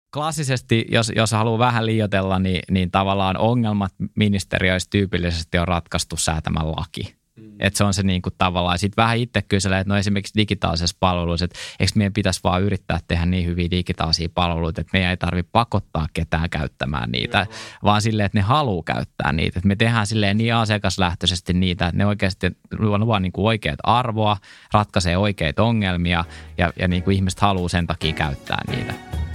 Klassisesti, jos haluaa vähän liioitella, niin tavallaan ongelmat ministeriöissä tyypillisesti on ratkaistu säätämään laki. Että se on se niin kuin tavallaan. Sitten vähän itse kyselee, että no esimerkiksi digitaalisessa palveluissa, että eikö meidän pitäisi vaan yrittää tehdä niin hyviä digitaalisia palveluita, että meidän ei tarvitse pakottaa ketään käyttämään niitä, vaan silleen, että ne haluaa käyttää niitä. Että me tehdään silleen niin asiakaslähtöisesti niitä, että ne oikeasti luo niin kuin oikeat arvoa, ratkaisee oikeita ongelmia ja niin kuin ihmiset haluaa sen takia käyttää niitä.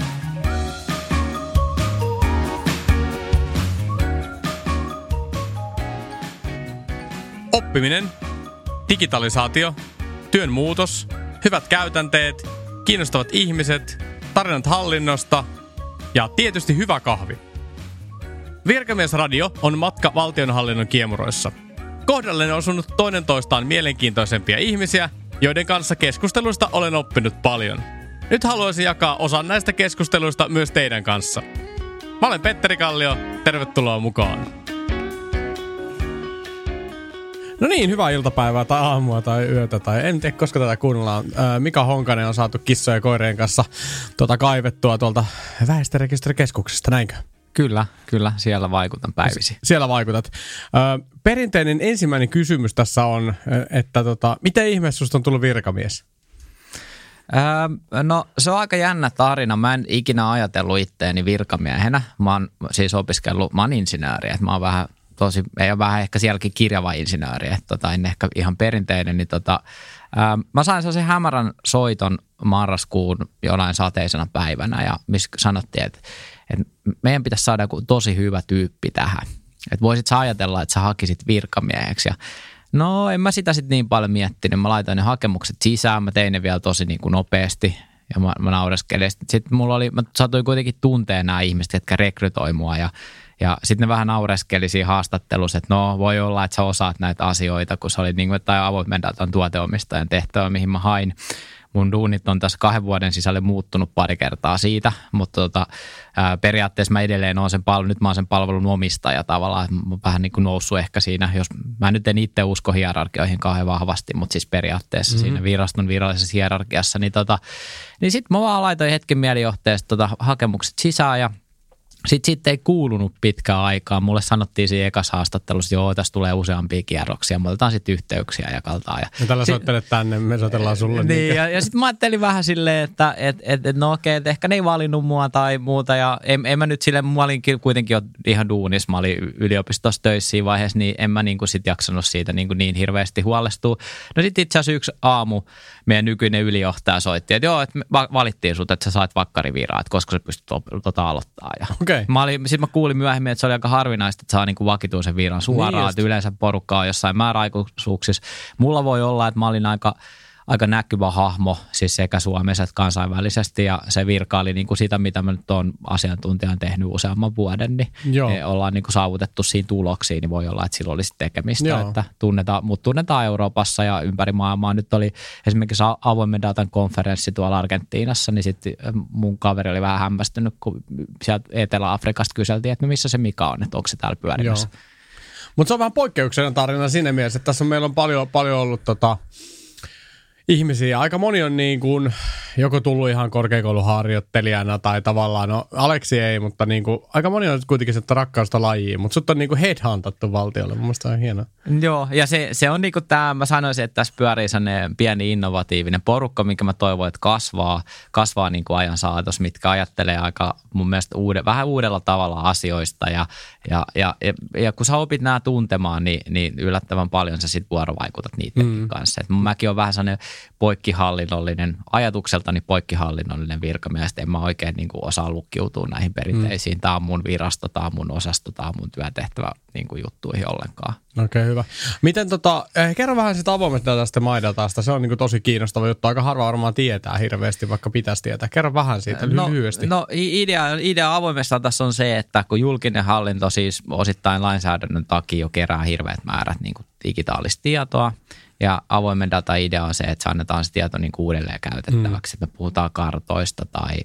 Oppiminen, digitalisaatio, työn muutos, hyvät käytänteet, kiinnostavat ihmiset, tarinat hallinnosta ja tietysti hyvä kahvi. Virkamiesradio on matka valtionhallinnon kiemuroissa. Kohdalleni on osunut toinen toistaan mielenkiintoisempia ihmisiä, joiden kanssa keskusteluista olen oppinut paljon. Nyt haluaisin jakaa osan näistä keskusteluista myös teidän kanssa. Mä olen Petteri Kallio, tervetuloa mukaan. No niin, hyvää iltapäivää tai aamua tai yötä tai en tiedä, koska tätä kuunnellaan. Mika Honkanen on saatu kissojen ja koirien kanssa kaivettua tuolta Väestörekisterikeskuksesta, näinkö? Kyllä, siellä vaikutan päivisin. Siellä vaikutat. Perinteinen ensimmäinen kysymys tässä on, että miten ihmeessä susta on tullut virkamies? No se on aika jännä tarina. Mä en ikinä ajatellut itteeni virkamiehenä. Mä oon siis opiskellut, mä oon insinööri, että mä oon vähän ei ole vähän ehkä sielläkin kirjava insinööri, että en ehkä ihan perinteinen, niin mä sain sellaisen hämärän soiton marraskuun jonain sateisena päivänä ja missä sanottiin, että meidän pitäisi saada joku tosi hyvä tyyppi tähän. Että voisit sä ajatella, että sä hakisit virkamieheksi ja no en mä sitä sitten niin paljon miettinyt. Mä laitoin ne hakemukset sisään, mä tein ne vielä tosi niin kuin nopeasti ja mä naureskelin. Sitten mä satuin kuitenkin tuntea nämä ihmiset, jotka rekrytoi mua ja sitten ne vähän naureskeli siinä haastattelussa, että no voi olla, että sä osaat näitä asioita, kun sä olit niin kuin jotain avoimen datan tuoteomistajan tehtävä, mihin mä hain. Mun duunit on tässä 2 vuoden sisällä muuttunut pari kertaa siitä, mutta periaatteessa mä edelleen oon nyt mä oon sen palvelun omistaja tavallaan, että mä oon vähän niin kuin noussut ehkä siinä, jos mä nyt en itse usko hierarkioihin kauhean vahvasti, mutta siis periaatteessa siinä viraston virallisessa hierarkiassa, niin sitten mä vaan laitoin hetken mielijohteesta hakemukset sisään ja sitten ei kuulunut pitkään aikaa. Mulle sanottiin siinä ekassa haastattelussa, joo, tässä tulee useampia kierroksia. Me otetaan sitten yhteyksiä ja kaltaan. Ja tällä soittelet tänne, me soitellaan sulle. Niin, ja sitten mä ajattelin vähän silleen, että no okei, että ehkä ne ei valinnut mua tai muuta. Ja en mä nyt silleen, mä olin kuitenkin jo ihan duunissa. Mä olin yliopistossa töissä siinä vaiheessa, niin en mä niinku sit jaksanut siitä niin hirveästi huolestua. No sitten itse asiassa yksi aamu meidän nykyinen ylijohtaja soitti, että joo, että valittiin sut, että sä saat vakkariviraa, että koska sä pystyt aloittaa. Okay. Sitten mä kuulin myöhemmin, että se oli aika harvinaista, että saa niinku vakituisen viran suoraan, että yleensä porukka on jossain määräaikaisuuksissa. Mulla voi olla, että mä olin aika näkyvä hahmo, siis sekä Suomessa että kansainvälisesti, ja se virka oli niinku sitä, mitä mä nyt oon asiantuntijan tehnyt useamman vuoden, niin ollaan niinku saavutettu siinä tuloksia, niin voi olla, että sillä olisi tekemistä, joo, että tunnetaan Euroopassa ja ympäri maailmaa. Nyt oli esimerkiksi avoimen datan konferenssi tuolla Argentiinassa, niin sitten mun kaveri oli vähän hämmästynyt, kun sieltä Etelä-Afrikasta kyseltiin, että no missä se Mika on, että onko se täällä pyörimässä. Mutta se on vähän poikkeuksellinen tarina siinä mielessä, että tässä meillä on paljon ollut ihmisiä. Aika moni on niin kuin joko tullut ihan korkeakouluharjoittelijana tai tavallaan, no Aleksi ei, mutta niin kuin, aika moni on kuitenkin sitä rakkausta lajiin, mutta sut on niin kuin headhuntattu valtiolle. Mun mielestä on hienoa. Joo, ja se on niin kuin tämä, mä sanoisin, että tässä pyörii sellainen pieni innovatiivinen porukka, minkä mä toivon, että kasvaa niin kuin ajan saatossa, mitkä ajattelee aika mun mielestä vähän uudella tavalla asioista ja kun sä opit nämä tuntemaan, niin yllättävän paljon sä sit vuorovaikutat niiden kanssa. Et mäkin on vähän sellainen poikkihallinnollinen, ajatukseltani poikkihallinnollinen virkamies, en mä oikein niin kuin osaa lukkiutua näihin perinteisiin. Tämä on mun virasto, tämä on mun osasto, tämä on mun työtehtävä niin kuin juttuihin ollenkaan. Okei, hyvä. Miten kerro vähän sitä avoimesta datasta ja MyDatasta. Se on niin kuin tosi kiinnostava juttu. Aika harva varmaan tietää hirveästi, vaikka pitäisi tietää. Kerro vähän siitä lyhyesti. No idea avoimesta datassa on se, että kun julkinen hallinto siis osittain lainsäädännön takia jo kerää hirveät määrät niin kuin digitaalista tietoa. Ja avoimen data-idea on se, että se annetaan se tieto niin kuin uudelleen käytettäväksi. Me puhutaan kartoista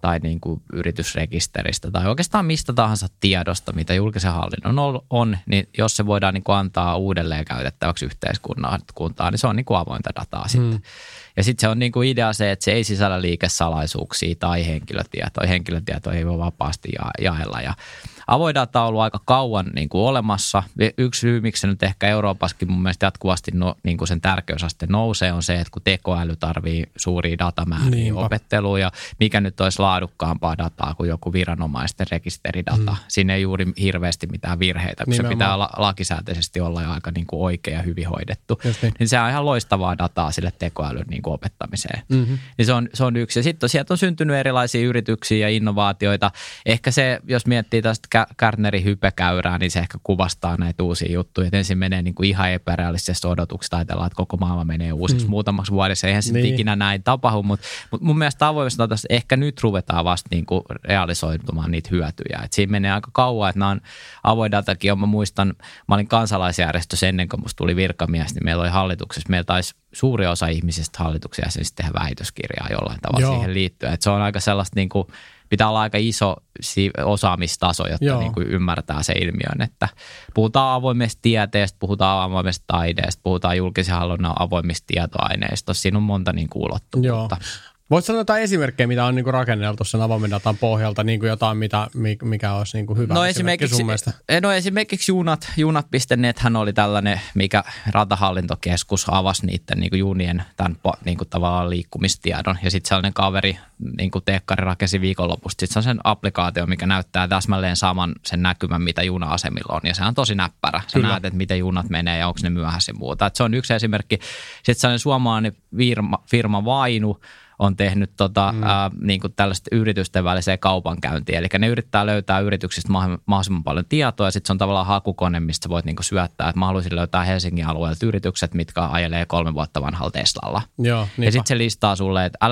tai niin kuin yritysrekisteristä tai oikeastaan mistä tahansa tiedosta, mitä julkisen hallinnon on, niin jos se voidaan niin kuin antaa uudelleen käytettäväksi yhteiskuntaan, niin se on niin kuin avointa dataa sitten. Ja sitten se on niin kuin idea se, että se ei sisällä liikesalaisuuksia tai henkilötietoja. Henkilötietoja ei voi vapaasti jaella. Ja avoin data on ollut aika kauan niin kuin olemassa. Yksi syy, miksi se nyt ehkä Euroopassakin mun mielestä jatkuvasti niin kuin sen tärkeysaste nousee, on se, että kun tekoäly tarvii suuria datamääriä opetteluun ja mikä nyt olisi laadukkaampaa dataa kuin joku viranomaisten rekisteridata. Siinä ei juuri hirveästi mitään virheitä, kun se pitää lakisääteisesti olla jo aika niin kuin oikein ja hyvin hoidettu. Niin se on ihan loistavaa dataa sille tekoälyn niin kuin opettamiseen. Niin se on yksi. Ja sitten sieltä on syntynyt erilaisia yrityksiä ja innovaatioita. Ehkä se, jos miettii tästä Gartnerin hypekäyrää, niin se ehkä kuvastaa näitä uusia juttuja. Et ensin menee niin kuin ihan epärealistisesta odotuksesta. Ajatellaan, että koko maailma menee uusiksi muutamaksi vuodessa. Eihän se ikinä näin tapahdu, mutta mun mielestä avoimesta datasta ehkä nyt ruvetaan vasta niin kuin realisoitumaan niitä hyötyjä. Et siinä menee aika kauan, että nämä on avoin datakin. Mä muistan, mä olin kansalaisjärjestössä ennen kuin musta tuli virkamies, niin meillä oli hallituksessa, meillä taisi suuri osa ihmisistä hallituksen jäsenistä tehdä väitöskirjaa jollain tavalla siihen liittyen. Et se on aika sellaista niin kuin, pitää olla aika iso osaamistaso, jotta niin kuin ymmärtää se ilmiön, että puhutaan avoimesta tieteestä, puhutaan avoimesta taideesta, puhutaan julkisen hallinnon avoimista tietoaineistosta. Siinä on monta niin kuin ulottuvuutta. Voitko sanoa jotain esimerkkejä, mitä on niinku rakenneltu sen avoimen datan pohjalta, niinku jotain, mikä olisi niinku hyvä esimerkki sun mielestä? Esimerkiksi junat.nethän oli tällainen, mikä ratahallintokeskus avasi niiden niinku junien tämän niinku tavallaan liikkumistiedon. Ja sitten sellainen kaveri, niinku teekkari rakensi viikonlopusta. Sitten se on sen applikaatio, mikä näyttää täsmälleen saman sen näkymän, mitä juna-asemilla on. Ja se on tosi näppärä. Sä näet, että miten junat menee ja onko ne myöhässä ja muuta. Et se on yksi esimerkki. Sitten sellainen suomalainen firma Vainu on tehnyt niin kuin tällaista yritysten väliseen kaupankäyntiä. Eli ne yrittää löytää yrityksistä mahdollisimman paljon tietoa, ja sitten se on tavallaan hakukone, mistä voit niin kuin syöttää, että mä haluaisin löytää Helsingin alueelta yritykset, mitkä ajelee 3 vuotta vanhalla Teslalla. Ja sitten se listaa sulle, että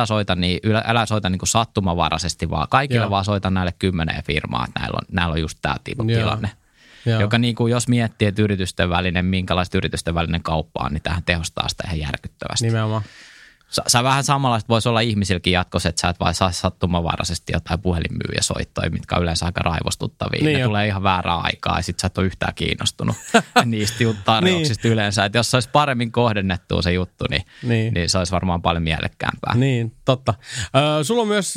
älä soita niin kuin sattumavaraisesti, vaan kaikille vaan soita näille 10 firmaa, että näillä on just tämä tilanne. Joka niin kuin, jos miettii, että minkälaista yritysten välinen kauppa on, niin tähän tehostaa sitä ihan järkyttävästi. Nimenomaan. Sä vähän samanlaista voisi olla ihmisilläkin jatkossa, että sä et vaan saa sattumavaraisesti jotain puhelinmyyjäsoittoja, mitkä on yleensä aika raivostuttavia. Ne tulee ihan väärää aikaa ja sit sä et ole yhtään kiinnostunut niistä tarjouksista yleensä. Että jos se olisi paremmin kohdennettua se juttu, niin se olisi varmaan paljon mielekkäämpää. Niin, totta. Sulla on myös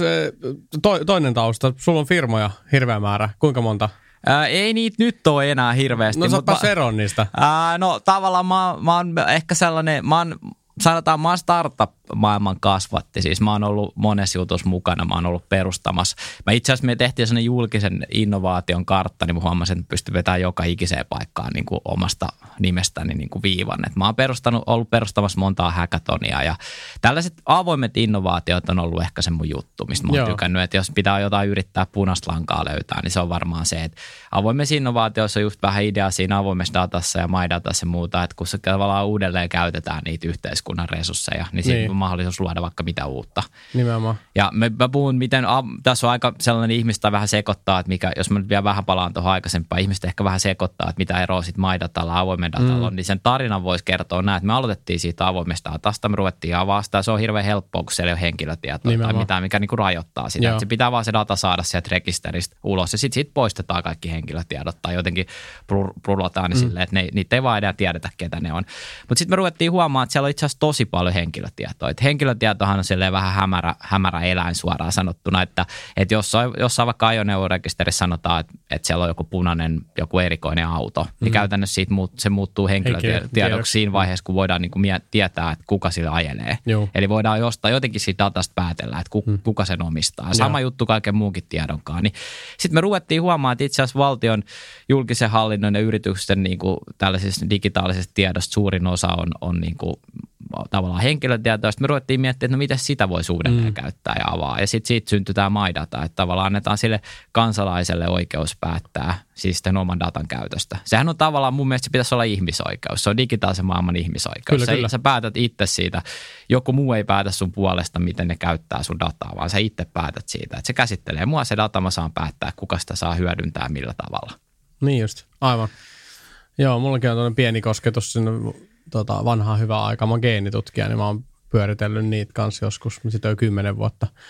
toinen tausta. Sulla on firmoja hirveä määrä. Kuinka monta? Ei niitä nyt ole enää hirveästi. No sä oot päässyt eroon niistä. No tavallaan mä oon ehkä sellainen, sanotaan, mä oon startup-maailman kasvatti. Siis mä oon ollut monessa jutussa mukana, mä oon ollut perustamassa. Itse asiassa me tehtiin sellainen julkisen innovaation kartta, niin mä huomasin, että pystyn vetämään joka ikiseen paikkaan niin kuin omasta nimestäni niin kuin viivan. Et mä oon ollut perustamassa montaa hackathonia ja tällaiset avoimet innovaatiot on ollut ehkä se mun juttu, mistä mä oon tykännyt. Että jos pitää jotain yrittää punaista lankaa löytää, niin se on varmaan se, että avoimessa innovaatiossa on just vähän idea siinä avoimessa datassa ja MyDatassa ja muuta, että kun se tavallaan uudelleen käytetään niitä yhteiskunnan resursseja, niin siinä on mahdollisuus luoda vaikka mitä uutta. Nimenomaan. Ja mä puhun, miten tässä on aika sellainen ihmistä vähän sekoittaa, että mikä, jos mä nyt vielä vähän palaan tuohon aikaisempaan, ihmistä ehkä vähän sekoittaa, että mitä eroa sitten MyDatalla ja avoimen datalla on, niin sen tarinan voisi kertoa näin, että me aloitettiin siitä avoimesta datasta, me ruvettiin avaa sitä, se on hirveän helppoa, kun siellä ei ole henkilötietoa tai mitään, mikä niinku rajoittaa sitä. Että se pitää vaan se data saada sieltä rekisteristä ulos ja sitten poistetaan kaikki henkilötiedot tai jotenkin prulataan niin silleen, että niitä ei vaan enää tiedetä, ketä ne on. Mutta sitten me ruvettiin huomaamaan, että siellä on itse asiassa tosi paljon henkilötietoa. Et henkilötietohan on silleen vähän hämärä eläin suoraan sanottuna, että jossain vaikka ajoneuvorekisterissä sanotaan, että siellä on joku punainen, joku erikoinen auto, niin käytännössä se muuttuu henkilötiedoksi siinä vaiheessa, kun voidaan niinku tietää, että kuka sillä ajelee. Eli voidaan jotenkin siitä datasta päätellä, että kuka sen omistaa. Ja sama juttu kaiken muunkin tiedonkaan. Niin sitten me ruvettiin huomaamaan, että itse asiassa valtion julkisen hallinnon ja yritysten niinku tällaisesta digitaalisesta tiedosta suurin osa on niinku tavallaan henkilötietoa. Sitten me ruvettiin miettimään, että no miten sitä voisi uudelleen käyttää ja avaa. Ja sitten siitä syntyi tämä MyData, että tavallaan annetaan sille kansalaiselle oikeus päättää siis sitten oman datan käytöstä. Sehän on tavallaan, mun mielestä se pitäisi olla ihmisoikeus. Se on digitaalisen maailman ihmisoikeus. Kyllä. Sä päätät itse siitä. Joku muu ei päätä sun puolesta, miten ne käyttää sun dataa, vaan sä itse päätät siitä. Että se käsittelee mua se data, mä saan päättää, kuka sitä saa hyödyntää millä tavalla. Niin just, aivan. Joo, mullakin on tuollainen pieni kosketus sinne vanhaa hyvää aikaa. Mä oon geenitutkija, niin mä oon pyöritellyt niitä kanssa joskus. Sitten on 10 vuotta.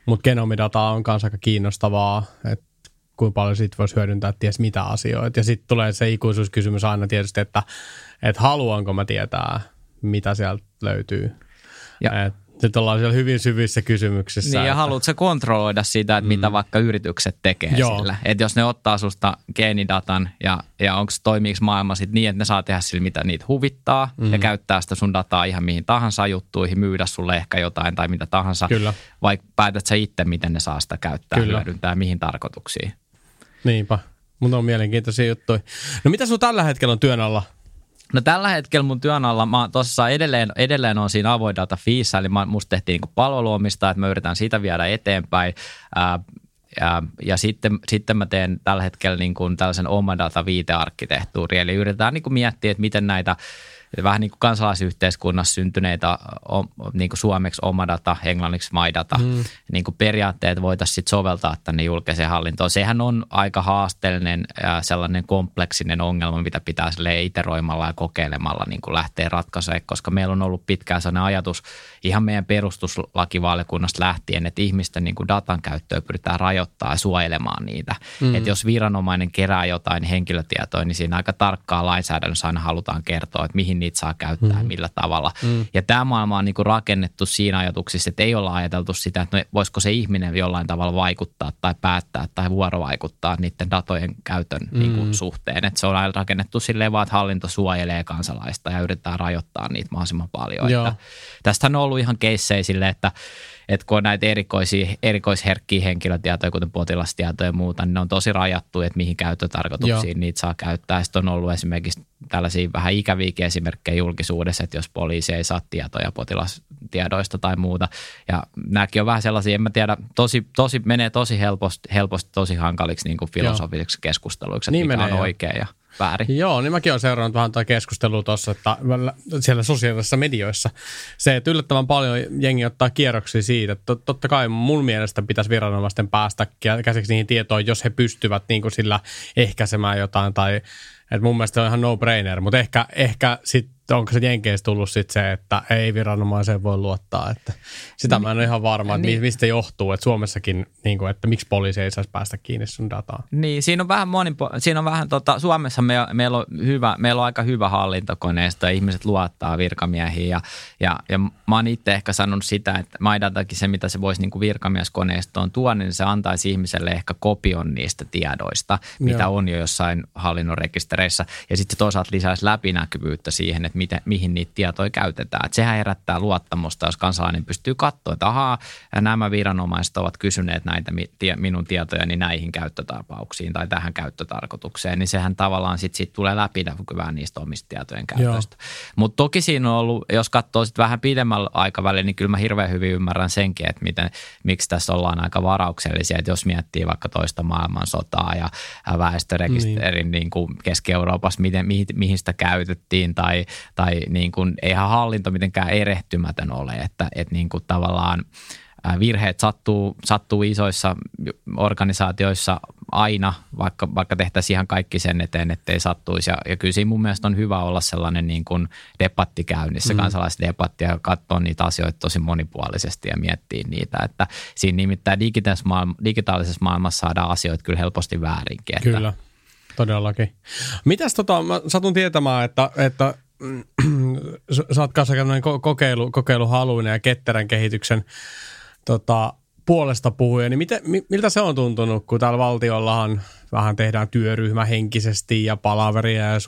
Mutta genomidata on myös aika kiinnostavaa, että kuinka paljon siitä voisi hyödyntää ties mitä asioita. Ja sitten tulee se ikuisuuskysymys aina tietysti, että haluanko mä tietää, mitä sieltä löytyy. Sitten ollaan siellä hyvin syvissä kysymyksissä. Niin, ja haluatko kontrolloida sitä, että mitä vaikka yritykset tekee sillä. Että jos ne ottaa susta geenidatan ja toimiiko maailma sitten niin, että ne saa tehdä sillä, mitä niitä huvittaa ja käyttää sitä sun dataa ihan mihin tahansa juttuihin, myydä sulle ehkä jotain tai mitä tahansa. Kyllä. Vai päätät sä itse, miten ne saa sitä käyttää, hyödyntää, mihin tarkoituksiin. Niinpä. Mun on mielenkiintoisia juttuja. No mitä sun tällä hetkellä on työn alla? No tällä hetkellä mun työn alla, mä tosissaan edelleen on siinä avoin data feessa, eli musta tehtiin niinku palveluomista, että mä yritän sitä viedä eteenpäin. Ja sitten mä teen tällä hetkellä niin kuin tällaisen oma data viitearkkitehtuuri, eli yritetään niin kuin miettiä, että miten näitä vähän niin kuin kansalaisyhteiskunnassa syntyneitä niin kuin suomeksi oma data, englanniksi my data, niin kuin periaatteet voitaisiin sitten soveltaa tänne julkiseen hallintoon. Sehän on aika haasteellinen sellainen kompleksinen ongelma, mitä pitää iteroimalla ja kokeilemalla niin kuin lähteä ratkaisemaan, koska meillä on ollut pitkään sellainen ajatus ihan meidän perustuslakivaliokunnasta lähtien, että ihmisten niin kuin datan käyttöä pyritään rajoittamaan ja suojelemaan niitä. Että jos viranomainen kerää jotain henkilötietoa, niin siinä aika tarkkaa lainsäädännössä aina halutaan kertoa, että mihin niitä saa käyttää, millä tavalla. Ja tämä maailma on niin kuin rakennettu siinä ajatuksissa, että ei olla ajateltu sitä, että voisiko se ihminen jollain tavalla vaikuttaa tai päättää tai vuorovaikuttaa niiden datojen käytön niin kuin suhteen. Että se on aina rakennettu silleen vaan, että hallinto suojelee kansalaista ja yritetään rajoittaa niitä mahdollisimman paljon. Tästähän on ollut ihan keissejä silleen, että kun on näitä erikoisherkkiä henkilötietoja, kuten potilastietoja ja muuta, niin ne on tosi rajattu, että mihin käyttötarkoituksiin niitä saa käyttää. Sitten on ollut esimerkiksi tällaisia vähän ikäviäkin esimerkkejä julkisuudessa, että jos poliisi ei saa tietoja potilastiedoista tai muuta. Ja nämäkin on vähän sellaisia, en mä tiedä, menee tosi helposti tosi hankaliksi niin kuin filosofiseksi keskusteluiksi, että mikä on oikein ja väärin. Joo, niin mäkin olen seurannut vähän tuota keskustelua tuossa, että siellä sosiaalisissa medioissa se, että yllättävän paljon jengi ottaa kierroksia siitä, että totta kai mun mielestä pitäisi viranomaisten päästä käsiksi niihin tietoihin, jos he pystyvät niin kuin sillä ehkäisemään jotain tai että mun mielestä on ihan no-brainer, mutta ehkä sitten onko se Jenkeissä tullut sitten se, että ei viranomaiseen voi luottaa, että sitä mä en ole ihan varma, että mistä johtuu, että Suomessakin, niin kuin, että miksi poliisi ei saisi päästä kiinni sun dataan. Niin, siinä on vähän Suomessa meillä on aika hyvä hallintokoneisto ja ihmiset luottaa virkamiehiin ja mä oon itse ehkä sanonut sitä, että MyDatakin se, mitä se voisi niin kuin virkamieskoneistoon tuoda, niin se antaisi ihmiselle ehkä kopion niistä tiedoista, mitä on jo jossain hallinnon rekistereissä ja sitten toisaalta lisäisi läpinäkyvyyttä siihen, että mihin niitä tietoja käytetään. Että sehän herättää luottamusta, jos kansalainen pystyy katsoa, että ahaa, nämä viranomaiset ovat kysyneet näitä minun tietojani näihin käyttötarpauksiin tai tähän käyttötarkoitukseen, niin sehän tavallaan sitten tulee läpinäkyvää niistä omista tietojen käytöstä. Mutta toki siinä on ollut, jos katsoo sitten vähän pidemmällä aikavälillä, niin kyllä mä hirveän hyvin ymmärrän senkin, että miksi tässä ollaan aika varauksellisia, että jos miettii vaikka toista maailmansotaa ja väestörekisterin niin kuin Keski-Euroopassa, mihin sitä käytettiin tai niin kuin, eihän hallinto mitenkään erehtymätön ole, että niin kuin tavallaan virheet sattuu isoissa organisaatioissa aina, vaikka tehtäisiin ihan kaikki sen eteen, ettei sattuisi. Ja kyllä siinä mun mielestä on hyvä olla sellainen niin kuin debatti käynnissä, kansalaisdebatti ja katsoa niitä asioita tosi monipuolisesti ja miettiä niitä. Että siinä nimittäin digitaalisessa maailmassa saadaan asioita kyllä helposti väärinkin. Kyllä, todellakin. Mitäs mä satun tietämään, että sä oot kanssa kokeiluhaluinen ja ketterän kehityksen puolesta puhuja, niin miltä se on tuntunut, kun täällä valtiollahan vähän tehdään työryhmähenkisesti ja palaveria ja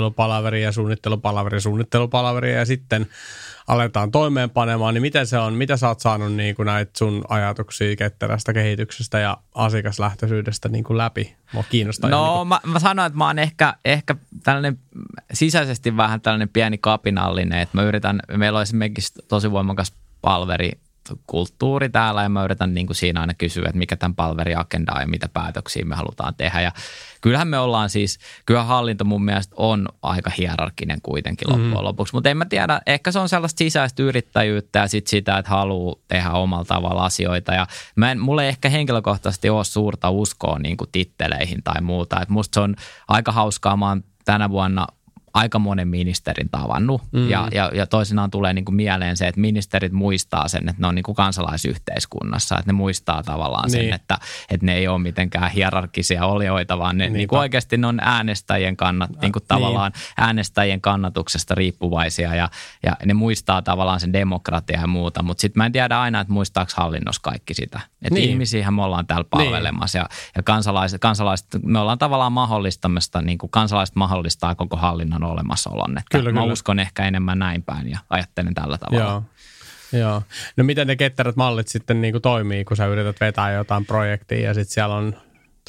suunnittelupalaveria ja sitten aletaan toimeenpanemaan, niin miten se on, mitä sä oot saanut niin kuin näitä sun ajatuksia ketterästä kehityksestä ja asiakaslähtöisyydestä niin kuin läpi? Mua kiinnostaa. No mä sanoin, että mä oon ehkä tällainen sisäisesti vähän tällainen pieni kapinallinen, että meillä on esimerkiksi tosi voimakas palverikulttuuri täällä ja mä yritän niin kuin siinä aina kysyä, että mikä tämän palveriagenda on ja mitä päätöksiä me halutaan tehdä. Ja kyllähän me ollaan kyllä hallinto mun mielestä on aika hierarkkinen kuitenkin loppujen lopuksi, mutta en mä tiedä, ehkä se on sellaista sisäistä yrittäjyyttä ja sitten sitä, että haluaa tehdä omalla tavalla asioita. Ja mulla ei ehkä henkilökohtaisesti ole suurta uskoa niin kuin titteleihin tai muuta, että musta se on aika hauskaa, mä oon tänä vuonna aika monen ministerin tavannut ja toisinaan tulee niin kuin mieleen se, että ministerit muistaa sen, että ne on niin kuin kansalaisyhteiskunnassa, että ne muistaa tavallaan sen, että ne ei ole mitenkään hierarkisia olioita, vaan ne niin kuin oikeasti ne on äänestäjien niin kuin tavallaan äänestäjien kannatuksesta riippuvaisia ja ne muistaa tavallaan sen demokratia ja muuta, mutta sitten mä en tiedä aina, että muistaako hallinnossa kaikki sitä. Että ihmisiähän me ollaan täällä palvelemassa ja kansalaiset, me ollaan tavallaan mahdollistamista, niin kuin kansalaiset mahdollistaa koko hallinnon olemassaolon. Että mä uskon ehkä enemmän näin päin ja ajattelen tällä tavalla. Joo. No miten ne ketterät mallit sitten niin kuin toimii, kun sä yrität vetää jotain projektia ja sitten siellä on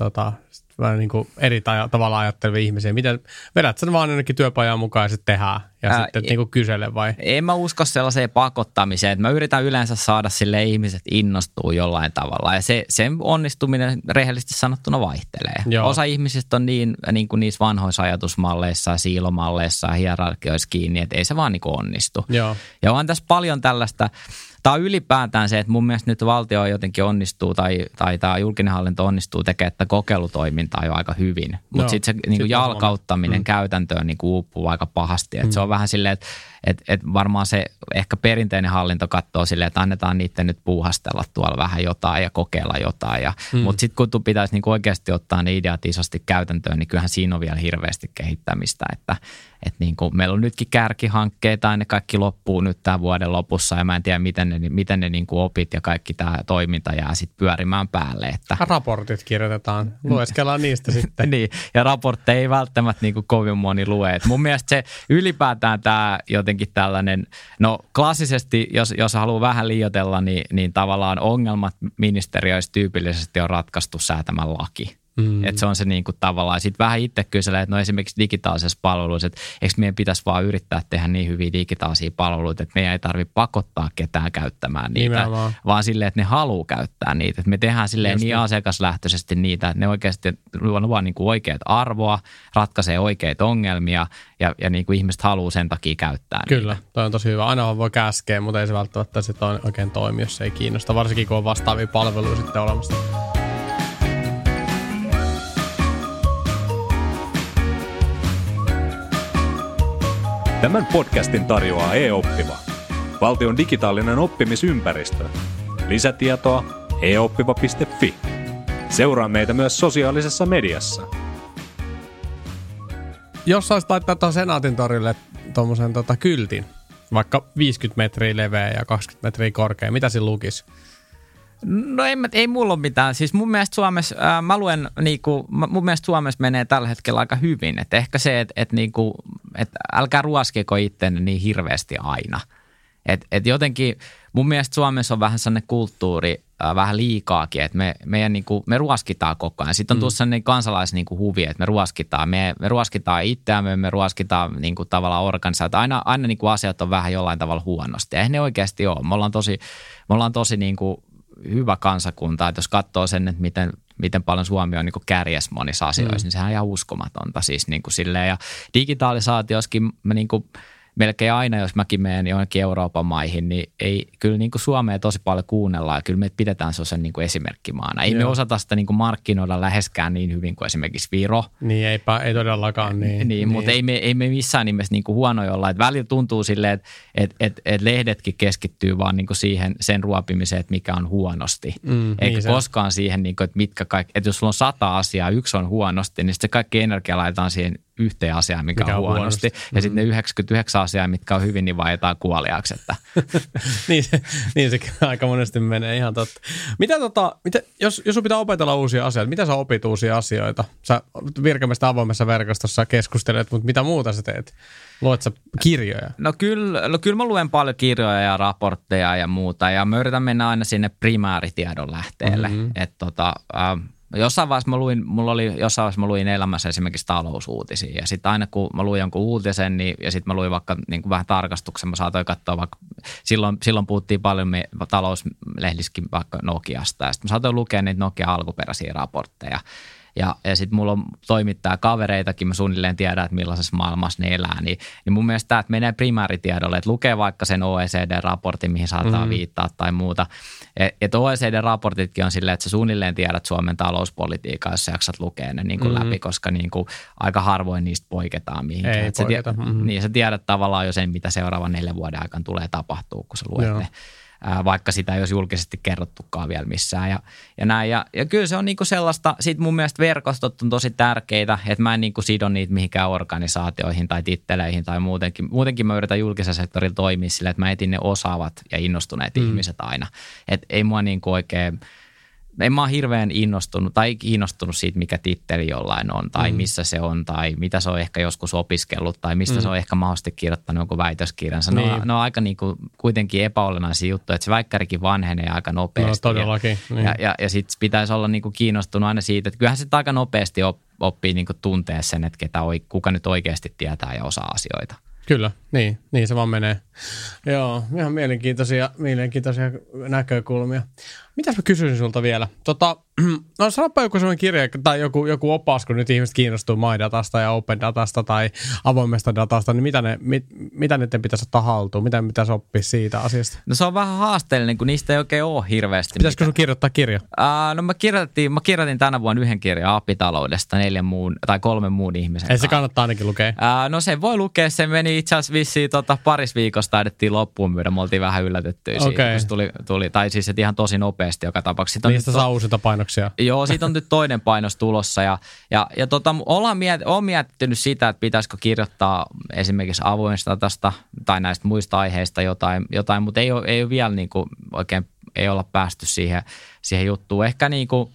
vähän niin kuin eri tavalla ajattelevia ihmisiä. Miten vedät sen vaan jonnekin työpajaan mukaan ja sitten tehdään ja sitten niin kuin kysele vai? En mä usko sellaiseen pakottamiseen. Että mä yritän yleensä saada sille ihmiset innostuu jollain tavalla ja sen onnistuminen rehellisesti sanottuna vaihtelee. Joo. Osa ihmisistä on niin kuin niissä vanhoissa ajatusmalleissa, siilomalleissa ja hierarkioissa kiinni, että ei se vaan niin kuin onnistu. Joo. Ja on tässä paljon tällaista. Tämä on ylipäätään se, että mun mielestä nyt valtio jotenkin onnistuu tai tämä julkinen hallinto onnistuu tekemään tätä kokeilutoimintaa jo aika hyvin. Mutta sitten se niin jalkauttaminen käytäntöön niin uupuu aika pahasti. Et se on vähän silleen, että varmaan se ehkä perinteinen hallinto katsoo silleen, että annetaan niiden nyt puuhastella tuolla vähän jotain ja kokeilla jotain. Mutta sitten kun pitäisi niin oikeasti ottaa ne ideat isosti käytäntöön, niin kyllähän siinä on vielä hirveästi kehittämistä. Että niin kuin meillä on nytkin kärkihankkeita ja ne kaikki loppuu nyt tämän vuoden lopussa ja mä en tiedä, miten ne niin kuin opit ja kaikki tämä toiminta jää sitten pyörimään päälle. Että raportit kirjoitetaan, lueskellaan niistä sitten. Niin, ja raportteja ei välttämättä niin kuin kovin moni lue. Et mun mielestä se ylipäätään tämä jotenkin tällainen, no klassisesti, jos haluaa vähän liioitella, niin tavallaan ongelmat ministeriöissä tyypillisesti on ratkaistu säätämään laki. Että se on se niin kuin tavallaan. Sitten vähän itse kyselee, että no esimerkiksi digitaalisessa palveluissa, että eikö meidän pitäisi vaan yrittää tehdä niin hyviä digitaalisia palveluita, että meidän ei tarvitse pakottaa ketään käyttämään niitä, vaan silleen, että ne haluaa käyttää niitä. Että me tehdään silleen niin asiakaslähtöisesti niitä, että ne oikeasti luo niin kuin oikeat arvoa, ratkaisee oikeita ongelmia ja niin kuin ihmiset haluaa sen takia käyttää Kyllä, niitä. toi on tosi hyvä. Aina voi käskeä, mutta ei se välttämättä sit oikein toimi, jos se ei kiinnosta, varsinkin kun on vastaavia palveluja sitten olemassa. Tämän podcastin tarjoaa eOppiva, valtion digitaalinen oppimisympäristö. Lisätietoa eoppiva.fi. Seuraa meitä myös sosiaalisessa mediassa. Jos saisit laittaa tuohon Senaatin torille tuommoisen kyltin, vaikka 50 metriä leveä ja 20 metriä korkea, mitä siinä lukisi? No ei mulla ole mitään. Siis mun mielestä Suomessa, mun mielestä Suomessa menee tällä hetkellä aika hyvin. Että ehkä se, että älkää ruoskiko itseänne niin hirveästi aina. Että jotenkin mun mielestä Suomessa on vähän sellainen kulttuuri vähän liikaakin, että me ruoskitaan koko ajan. Sitten on tuossa sellainen kansalaishuvi, että me ruoskitaan itseämme, me ruoskitaan tavallaan organisaatio. Aina asiat on vähän jollain tavalla huonosti. Eihän ne oikeasti ole. Me ollaan tosi hyvä kansakunta, että jos katsoo sen, että miten paljon Suomi on kärjessä monissa asioissa, niin sehän on ihan uskomatonta siis silleen. Ja digitalisaatioskin me melkein aina, jos mäkin menen johonkin Euroopan maihin, niin kyllä Suomea tosi paljon kuunnellaan ja kyllä me pidetään sellaisen esimerkkimaana. Ei me osata sitä markkinoida läheskään niin hyvin kuin esimerkiksi Viro. Niin, ei todellakaan. Niin. Mutta ei me missään nimessä huonoja olla. Että välillä tuntuu silleen, että lehdetkin keskittyy vaan siihen sen ruopimiseen, että mikä on huonosti. Eikä niin koskaan siihen, että jos sulla on 100 asiaa, yksi on huonosti, niin sitten se kaikki energia laitetaan siihen yhteen asiaan, mikä on huonosti. Ja sitten ne 99 asiaa, mitkä on hyvin, niin vaietaan kuoliaaksi. niin se aika monesti menee, ihan totta. Jos sun pitää opetella uusia asioita, mitä sä opit uusia asioita? Sä Virkamiesten avoimessa verkostossa keskustelet, mutta mitä muuta sä teet? Luet sä kirjoja? No kyllä mä luen paljon kirjoja ja raportteja ja muuta. Ja mä yritän mennä aina sinne primääritiedon lähteelle. Jossain vaiheessa mä luin elämässä esimerkiksi talousuutisia ja sitten aina kun mä luin jonkun uutisen ja sitten mä luin vaikka vähän tarkastuksen, mä saatoin katsoa vaikka, silloin puhuttiin paljon talouslehdissäkin vaikka Nokiasta ja sitten mä saatoin lukea niitä Nokian alkuperäisiä raportteja ja sitten mulla on toimittajakavereitakin, mä suunnilleen tiedän, että millaisessa maailmassa ne elää, niin mun mielestä tämä, että menee primääritiedolle, että lukee vaikka sen OECD-raportin, mihin saattaa viittaa tai muuta. Että OECD-raportitkin on silleen, että sä suunnilleen tiedät Suomen talouspolitiikkaa, jos sä jaksat lukea ne niin kuin läpi, koska niin kuin aika harvoin niistä poiketaan mihinkään. Ei poiketa. Niin sä tiedät tavallaan jo sen, mitä seuraavan 4 vuoden aikana tulee tapahtua, kun sä luet ne. Vaikka sitä ei olisi julkisesti kerrottukaan vielä missään ja näin. Ja kyllä se on niinku sellaista, sit mun mielestä verkostot on tosi tärkeitä, että mä en niinku sido niitä mihinkään organisaatioihin tai titteleihin tai muutenkin. Muutenkin mä yritän julkisen sektorilla toimia sillä, että mä etin ne osaavat ja innostuneet ihmiset aina. Että ei mua niinku oikein, en mä ole hirveän kiinnostunut siitä, mikä titteli jollain on tai missä se on tai mitä se on ehkä joskus opiskellut tai mistä se on ehkä mahdollisesti kirjoittanut jonkun väitöskirjansa. Ne on aika niinku kuitenkin epäolennaisia juttuja, että se väikkärikin vanhenee aika nopeasti. No todellakin. Ja sitten pitäisi olla niinku kiinnostunut aina siitä, että kyllähän se aika nopeasti oppii niinku tuntea sen, että kuka nyt oikeasti tietää ja osaa asioita. Kyllä, niin se vaan menee. Joo, ihan mielenkiintoisia näkökulmia. Mitäs mä kysyisin sulta vielä? No sanoppa joku sellainen kirja tai joku opas, kun nyt ihmiset kiinnostuu MyDatasta ja Open Datasta tai avoimesta datasta, niin mitä niiden pitäisi ottaa haltuun? Mitä pitäisi oppia siitä asiasta? No se on vähän haasteellinen, kun niistä ei oikein ole hirveästi. Pitäisikö sun kirjoittaa kirja? No mä kirjoitin tänä vuonna 1 kirjan appitaloudesta 3 muun ihmisen kanssa. Se kannattaa ainakin lukea. No se voi lukea, se meni itse asiassa vissiin parissa viikossa taidettiin loppuun myydä. Me oltiin vähän yllätettyä siitä, kun tuli, tai siis että ihan tosi nopeasti joka tapauksessa. Niistä saa uusinta painoksia. Joo, siitä on nyt toinen painos tulossa ja olen miettinyt sitä, että pitäisikö kirjoittaa esimerkiksi avoimesta datasta tai näistä muista aiheista jotain mutta ei ole vielä niin kuin oikein, ei olla päästy siihen juttuun. Ehkä niin kuin,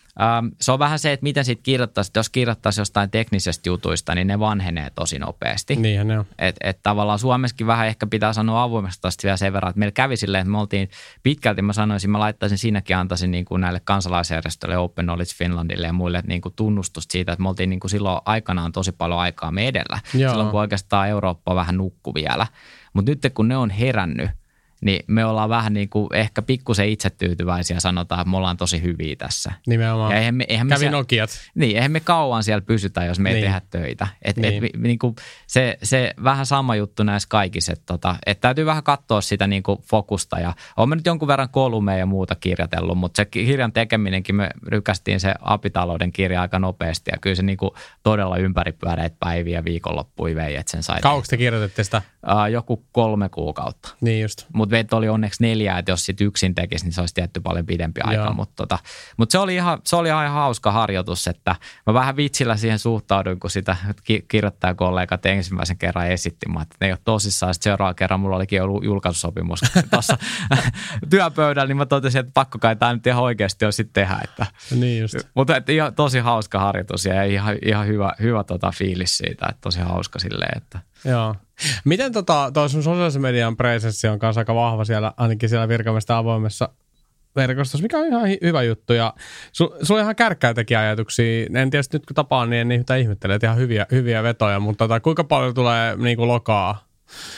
se on vähän se, että miten siitä kirjoittaisi, jos kirjoittaisi jostain teknisestä jutuista, niin ne vanhenee tosi nopeasti. Niinhän ne on. Et tavallaan Suomessakin vähän ehkä pitää sanoa avoimesta tästä vielä sen verran, että meillä kävi silleen, että me oltiin pitkälti, mä laittaisin siinäkin, antaisin niin kuin näille kansalaisjärjestöille, Open Knowledge Finlandille ja muille niin kuin tunnustusta siitä, että me oltiin niin kuin silloin aikanaan tosi paljon aikaa me edellä. Joo. Silloin kun oikeastaan Eurooppa vähän nukku vielä. Mutta nyt kun ne on herännyt, niin me ollaan vähän niin kuin ehkä pikkusen itsetyytyväisiä, sanotaan, että me ollaan tosi hyviä tässä. Nimenomaan. Kävi Nokiat. Niin, eihän me kauan siellä pysytä, jos me ei tehdä töitä. Niin kuin se vähän sama juttu näissä kaikissa, että täytyy vähän katsoa sitä niin kuin fokusta. Ja olen nyt jonkun verran kolumea ja muuta kirjoitellut, mutta se kirjan tekeminenkin, me rykästiin se appitalouden kirja aika nopeasti. Ja kyllä se niin kuin todella ympäripyöreitä päiviä viikonloppuja vei, että sen sai. Kauanko te kirjoititte sitä? Joku 3 kuukautta. Niin just. Mutta meitä oli onneksi 4, että jos sit yksin tekisi, niin se olisi tietty paljon pidempi aika. Mutta se oli ihan hauska harjoitus, että mä vähän vitsillä siihen suhtauduin, kun sitä kirjoittajakollegat ensimmäisen kerran esitti. Mä että ne ei ole tosissaan. Sitten seuraavan kerran mulla olikin jo julkaisusopimus tuossa työpöydällä, niin mä totesin, että pakko kai tämä nyt ihan oikeasti on sitten tehdä. Niin just. Mutta ihan tosi hauska harjoitus ja ihan hyvä fiilis siitä, että tosi hauska silleen, että... Joo. Miten tuo sun sosiaalisen median presenssi on kanssa aika vahva siellä, ainakin siellä Virkamiesten avoimessa verkostossa, mikä on ihan hyvä juttu. Ja sulla on ihan kärkkäitäkin ajatuksia. En tiedä, nyt kun tapaan, niin en niitä ihmettele, että ihan hyviä vetoja, mutta kuinka paljon tulee niin kuin lokaa?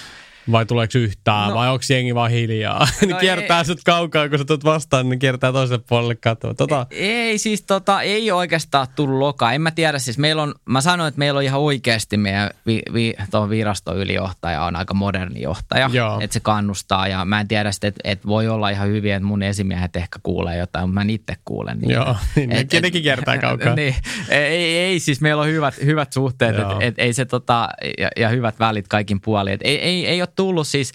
Vai tuleeko yhtään? Vai onko jengi vaan hiljaa? Niin kiertää sut kaukaa, kun sä tulet vastaan, niin kiertää toiselle puolelle katsomaan. Ei siis ei oikeastaan tullut lokaa. En mä tiedä, siis mä sanoin, että meillä on ihan oikeasti meidän tuon viraston ylijohtaja on aika moderni johtaja. Että se kannustaa ja mä en tiedä sitten, että voi olla ihan hyviä, että mun esimiehet ehkä kuulee jotain, mutta mä en itse kuulen. Niin, joo, nekin kiertää kaukaa. Niin, ei siis meillä on hyvät suhteet, että ei se ja hyvät välit kaikin puolin. Ei ole tullut siis,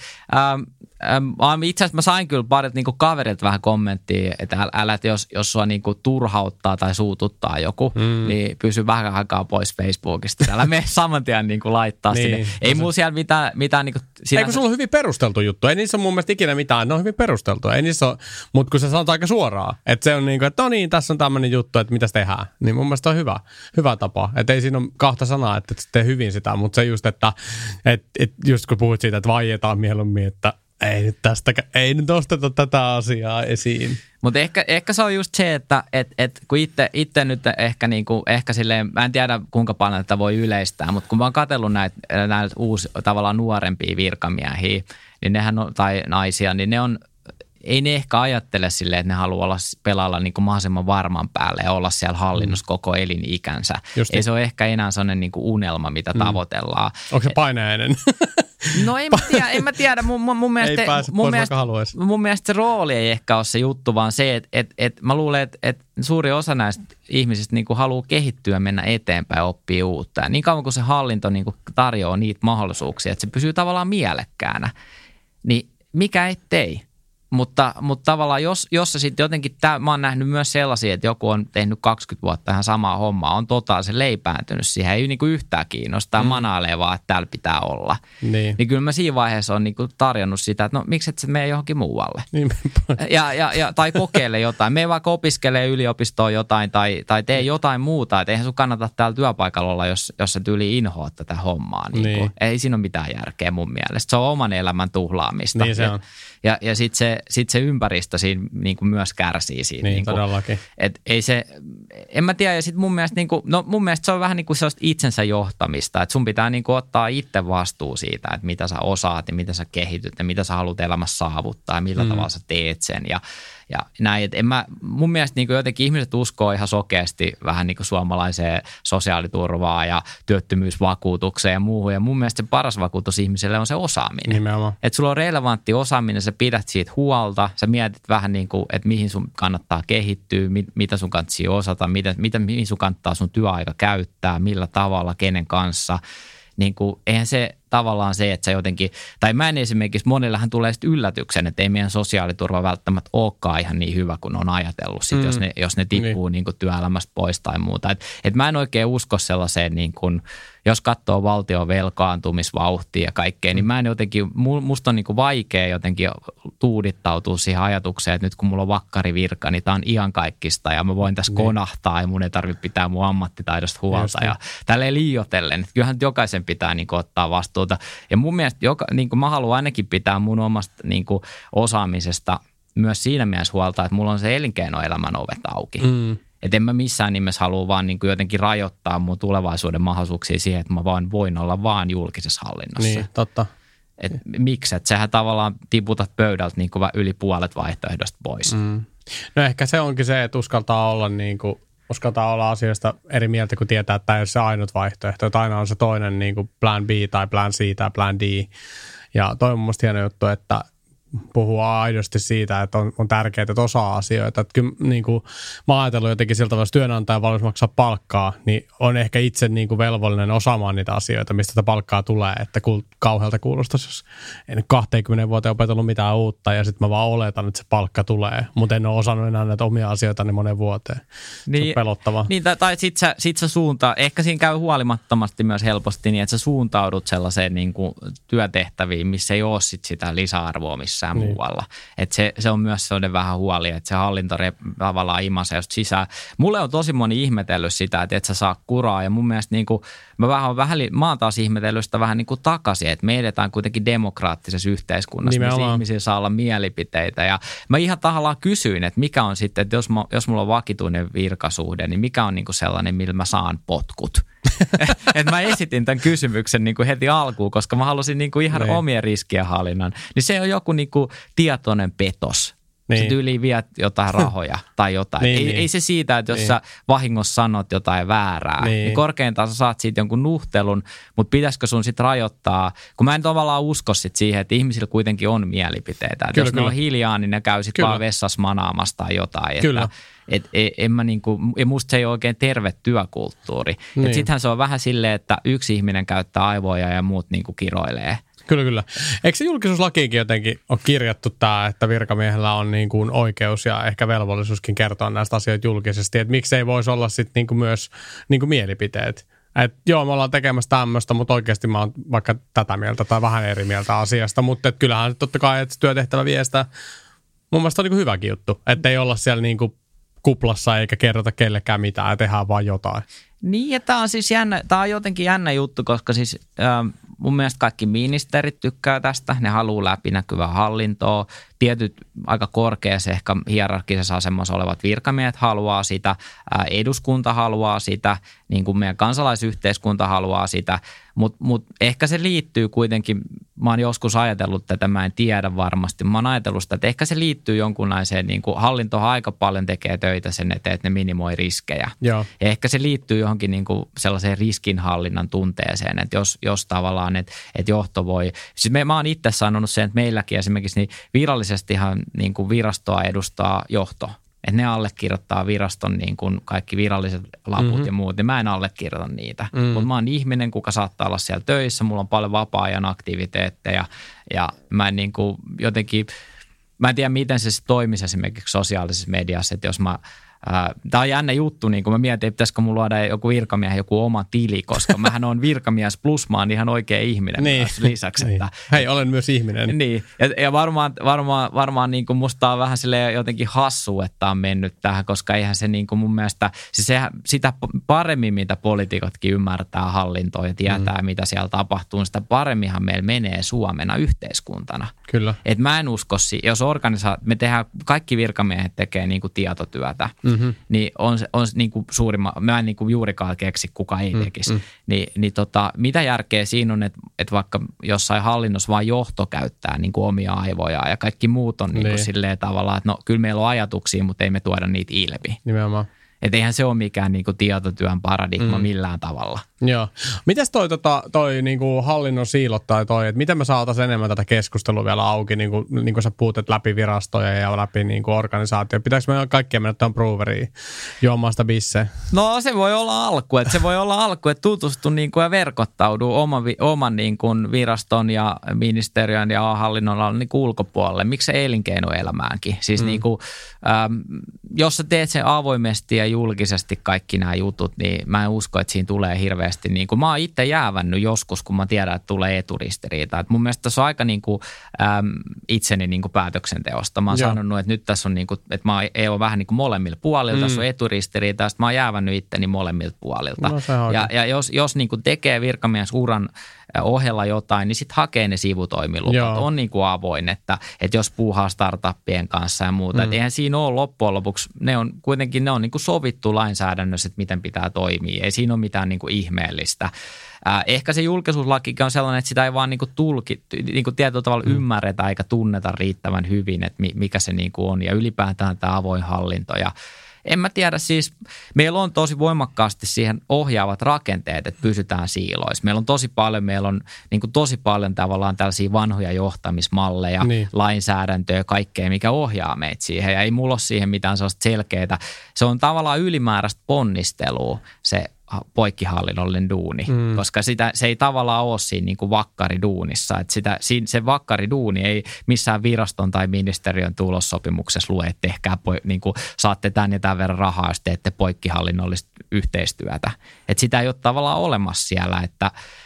itse asiassa mä sain kyllä parit niinku kaverilta vähän kommenttia, että älä, että jos sua niinku turhauttaa tai suututtaa joku, niin pysy vähän aikaa pois Facebookista. Älä mene saman tien niinku laittaa sinne. Ei mulla siellä mitään niinku... Ei kun sulla on hyvin perusteltu juttu. Ei niissä ole mun mielestä ikinä mitään. Ne on hyvin perusteltu. Ei niissä ole, mutta kun se sanotaan aika suoraan, että se on niinku, että no niin, tässä on tämmöinen juttu, että mitäs tehdään. Niin mun mielestä on hyvä tapa. Että ei siinä ole 2 sanaa, että tee hyvin sitä, mutta se just, että just kun puhut siitä, että vaietaan mieluummin, että ei nyt nosteta tätä asiaa esiin. Mutta ehkä se on just se, että kun itse nyt ehkä silleen, mä en tiedä kuinka paljon tätä voi yleistää, mutta kun mä oon katsellut näitä tavallaan nuorempia virkamiehiä, niin nehän on, tai naisia, niin ne on ei ne ehkä ajattele silleen, että ne haluaa olla pelailla niin kuin mahdollisimman varman päälle ja olla siellä hallinnossa koko elinikänsä. Ei se ole ehkä enää sellainen niin kuin unelma, mitä tavoitellaan. Onko se painainen? No en mä tiedä. Mun mielestä se rooli ei ehkä ole se juttu, vaan se, että mä luulen, että suuri osa näistä ihmisistä niin kuin haluaa kehittyä, mennä eteenpäin ja oppia uutta. Ja niin kauan kuin se hallinto niin kuin tarjoaa niitä mahdollisuuksia, että se pysyy tavallaan mielekkäänä, niin mikä ettei. Mutta tavallaan jos se sitten jotenkin, mä oon nähnyt myös sellaisia, että joku on tehnyt 20 vuotta ihan samaa hommaa, on se leipääntynyt siihen, ei niinku yhtään kiinnostaa, manailee vaan, että täällä pitää olla. Niin kyllä mä siinä vaiheessa on niinku tarjonnut sitä, että no miksi et sä mene johonkin muualle? Tai kokeile jotain. Mene vaikka opiskelee yliopistoon jotain tai tee jotain muuta, että eihän sun kannata täällä työpaikalla olla, jos sä tyyli inhoa tätä hommaa. Niin. Ei siinä ole mitään järkeä mun mielestä. Se on oman elämän tuhlaamista. Niin se on. Ja sitten se ympäristö siinä niin kuin myös kärsii siitä. Niin todellakin. Että ei se, en mä tiedä, ja sitten mun mielestä se on vähän niin kuin sellaista itsensä johtamista, että sun pitää niin kuin ottaa itse vastuu siitä, että mitä sä osaat ja mitä sä kehityt ja mitä sä haluat elämässä saavuttaa ja millä tavalla sä teet sen ja näin, että mun mielestä niin kuin jotenkin ihmiset uskoo ihan sokeasti vähän niin kuin suomalaiseen sosiaaliturvaan ja työttömyysvakuutukseen ja muuhun. Ja mun mielestä se paras vakuutus ihmiselle on se osaaminen. Nimenomaan. Että sulla on relevantti osaaminen, sä pidät siitä huolta, sä mietit vähän niin kuin, että mihin sun kannattaa kehittyä, mitä sun kannattaa osata, mihin sun kannattaa sun työaika käyttää, millä tavalla, kenen kanssa. Niin kuin, eihän se tavallaan se, että sä jotenkin, tai mä en esimerkiksi, monillehan tulee sitten yllätyksen, että ei meidän sosiaaliturva välttämättä olekaan ihan niin hyvä kuin on ajatellut, sit, jos ne tippuu niin kuin työelämästä pois tai muuta. Et mä en oikein usko sellaiseen, niin kuin, jos katsoo valtion velkaantumisvauhtia ja kaikkea, niin mä en jotenkin, musta on niin kuin vaikea jotenkin tuudittautua siihen ajatukseen, että nyt kun mulla on vakkarivirka, niin tää on iankaikkista ja mä voin tässä konahtaa ja mun ei tarvitse pitää mun ammattitaidosta huolta ja tälleen liioitellen. Että kyllähän jokaisen pitää niin kuin ottaa vastuuta. Ja mun mielestä niin kuin mä haluan ainakin pitää mun omasta niin kuin osaamisesta myös siinä mielessä huolta, että mulla on se elinkeinoelämän ovet auki. Että en mä missään nimessä halua vaan niin kuin jotenkin rajoittaa mun tulevaisuuden mahdollisuuksia siihen, että mä voin olla vaan julkisessa hallinnossa. Niin, totta. Että miksi? Että sähän tavallaan tiputat pöydältä niin kuin yli puolet vaihtoehdosta pois. No ehkä se onkin se, että uskaltaa olla asioista eri mieltä, kun tietää, että tämä ei ole se ainut vaihtoehto. Että aina on se toinen niin kuin plan B tai plan C tai plan D. Ja toi on mun mielestä hieno juttu, että puhuu aidosti siitä, että on tärkeää, että osaa asioita. Että kyllä niin kuin, mä oon ajatellut jotenkin siltä, jos työnantaja valmis maksaa palkkaa, niin on ehkä itse niin kuin velvollinen osaamaan niitä asioita, mistä sitä palkkaa tulee. Että kauhealta kuulostaisi, jos en 20 vuoteen opetellut mitään uutta ja sitten mä vaan oletan, että se palkka tulee. Mutta en ole osannut enää näitä omia asioita niin moneen vuoteen. Niin, se on pelottavaa. Niin, tai sit sä suuntaa, ehkä siinä käy huolimattomasti myös helposti niin, että sä suuntaudut sellaiseen niin kuin työtehtäviin, missä ei ole sit sitä lisäarvoa missään muualla. Että se on myös sellainen vähän huoli, että se hallinto tavallaan imasee just sisään. Mulle on tosi moni ihmetellyt sitä, että et sä saa kuraa ja mun mielestä niin kuin, mä oon taas ihmetellyt sitä vähän niin kuin takaisin, että me edetään kuitenkin demokraattisessa yhteiskunnassa, missä ihmisillä saa olla mielipiteitä ja mä ihan tahallaan kysyin, että mikä on sitten, että jos mulla on vakituinen virkasuhde, niin mikä on niin kuin sellainen, millä mä saan potkut. Että mä esitin tämän kysymyksen niin kuin heti alkuun, koska mä halusin niin kuin ihan omien riskien hallinnan. Niin se on joku niin kuin tietoinen petos. Niin. Se tyyliin viet jotain rahoja tai jotain. Ei se siitä, että jos sä vahingossa sanot jotain väärää, niin korkeintaan sä saat siitä jonkun nuhtelun, mutta pitäisikö sun sitten rajoittaa, kun mä en tavallaan usko sit siihen, että ihmisillä kuitenkin on mielipiteitä. Että jos ne on hiljaa, niin ne käy sitten vaan vessassa manaamassa tai jotain. Kyllä. Ja musta se ei ole oikein terve työkulttuuri. Niin. Sittenhän se on vähän silleen, että yksi ihminen käyttää aivoja ja muut niinku kiroilee. Kyllä. Eikö se julkisuuslakiinkin jotenkin ole kirjattu tämä, että virkamiehellä on niin kuin oikeus ja ehkä velvollisuuskin kertoa näistä asioista julkisesti, että miksei voisi olla sitten niin kuin myös niin kuin mielipiteet. Että joo, me ollaan tekemässä tämmöistä, mutta oikeasti mä oon vaikka tätä mieltä tai vähän eri mieltä asiasta, mutta kyllähän totta kai, että työtehtävä viestää mun mielestä on niin kuin hyväkin juttu, että ei olla siellä niin kuin kuplassa eikä kerrota kellekään mitään ja tehdään vaan jotain. Niin, ja tämä on siis tämä on jotenkin jännä juttu, koska siis mun mielestä kaikki ministerit tykkää tästä. Ne haluaa läpinäkyvää hallintoa. tietyt aika korkeassa ehkä hierarkisessa asemassa olevat virkamiehet haluaa sitä, eduskunta haluaa sitä, niin kuin meidän kansalaisyhteiskunta haluaa sitä, mutta ehkä se liittyy kuitenkin, mä oon joskus ajatellut tätä, mä en tiedä varmasti, mä oon ajatellut sitä, että ehkä se liittyy jonkunlaiseen, niin kuin hallintohan aika paljon tekee töitä sen eteen, että ne minimoi riskejä. Joo. Ja ehkä se liittyy johonkin niin kuin sellaiseen riskinhallinnan tunteeseen, että jos tavallaan, että johto voi, siis mä oon itse sanonut sen, että meilläkin esimerkiksi niin virallisestihan niin kuin virastoa edustaa johto. Että ne allekirjoittaa viraston niin kuin kaikki viralliset laput ja muut, niin mä en allekirjoita niitä. Mutta mä oon ihminen, kuka saattaa olla siellä töissä, mulla on paljon vapaa-ajan aktiviteetteja ja mä en niin kuin jotenkin, mä en tiedä miten se toimisi esimerkiksi sosiaalisessa mediassa, että jos tämä on jännä juttu, niin kun mä mietin, että pitäisikö mulla luoda joku virkamiehen joku oma tili, koska mähän on virkamies plus mä oon ihan oikea ihminen myös lisäksi. Niin. Hei, olen myös ihminen. Niin, ja varmaan niin kuin musta on vähän silleen jotenkin hassu, että on mennyt tähän, koska eihän se niin kuin mun mielestä, siis sitä paremmin, mitä poliitikotkin ymmärtää hallintoa ja tietää, mitä siellä tapahtuu, sitä paremminhan meillä menee Suomena yhteiskuntana. Kyllä. Et mä en usko, jos me tehdään, kaikki virkamiehet tekee niin kuin tietotyötä, niin on niin kuin suurimman, mä en niin kuin juurikaan keksi, kuka ei tekisi. Mitä järkeä siinä on, että vaikka jossain hallinnossa vaan johto käyttää niin kuin omia aivojaan ja kaikki muut on niin kuin silleen tavallaan, että no kyllä meillä on ajatuksia, mutta ei me tuoda niitä ilmi. Nimenomaan. Että eihän se ole mikään niin kuin tietotyön paradigma millään tavalla. Joo. Mites toi niin kuin hallinnon siilot tai toi, että miten me saataisiin enemmän tätä keskustelua vielä auki, niin kuin sä puhut, että läpi virastoja ja läpi niin kuin organisaatio. Pitäisikö me kaikkien mennä tuon Breweriin juomaan sitä bisseä? No se voi olla alku, että tutustu niin kuin ja verkottaudu oman niin kuin viraston ja ministeriön ja hallinnon niin kuin ulkopuolelle. Miksi se elinkeinoelämäänkin? Siis niin kuin, jos sä teet sen avoimesti ja julkisesti kaikki nämä jutut, niin mä en usko, että siinä tulee hirveästi, niin kuin mä oon itse jäävännyt joskus, kun mä tiedän, että tulee eturistiriita. Et mun mielestä tässä on aika niin kuin, itseni niin kuin päätöksenteosta. Mä oon sanonut, että nyt tässä on, niin kuin, että mä oon vähän niin kuin molemmilta puolilta, tässä on eturistiriita, ja sitten mä oon jäävännyt itteni molemmilta puolilta. No, ja jos niin kuin tekee virkamiesuran ohella jotain, niin sitten hakee ne sivutoimilupat. On niin kuin avoin, että jos puuhaa startuppien kanssa ja muuta. Et eihän siinä ole loppujen lopuksi, ne on niin kuin sovittu lainsäädännössä, että miten pitää toimia. Ei siinä ole mitään niin kuin ihmeellistä. Ehkä se julkisuuslakikin on sellainen, että sitä ei vaan niin kuin tietyllä tavalla ymmärretä eikä tunneta riittävän hyvin, että mikä se niin kuin on. Ja ylipäätään tämä avoin hallinto ja en mä tiedä, siis meillä on tosi voimakkaasti siihen ohjaavat rakenteet, että pysytään siiloissa. Meillä on niin kuin tosi paljon tavallaan tällaisia vanhoja johtamismalleja, lainsäädäntöä ja kaikkea, mikä ohjaa meitä siihen. Ja ei mulla ole siihen mitään sellaista selkeää. Se on tavallaan ylimääräistä ponnistelua se poikkihallinnollinen duuni, koska se ei tavallaan ole siinä niin kuin vakkariduunissa. Että se vakkariduuni ei missään viraston tai ministeriön tulossopimuksessa lue, että tehkää, niin kuin, saatte tämän ja tämän verran rahaa, jos teette poikkihallinnollista yhteistyötä. Että sitä ei ole tavallaan olemassa siellä, että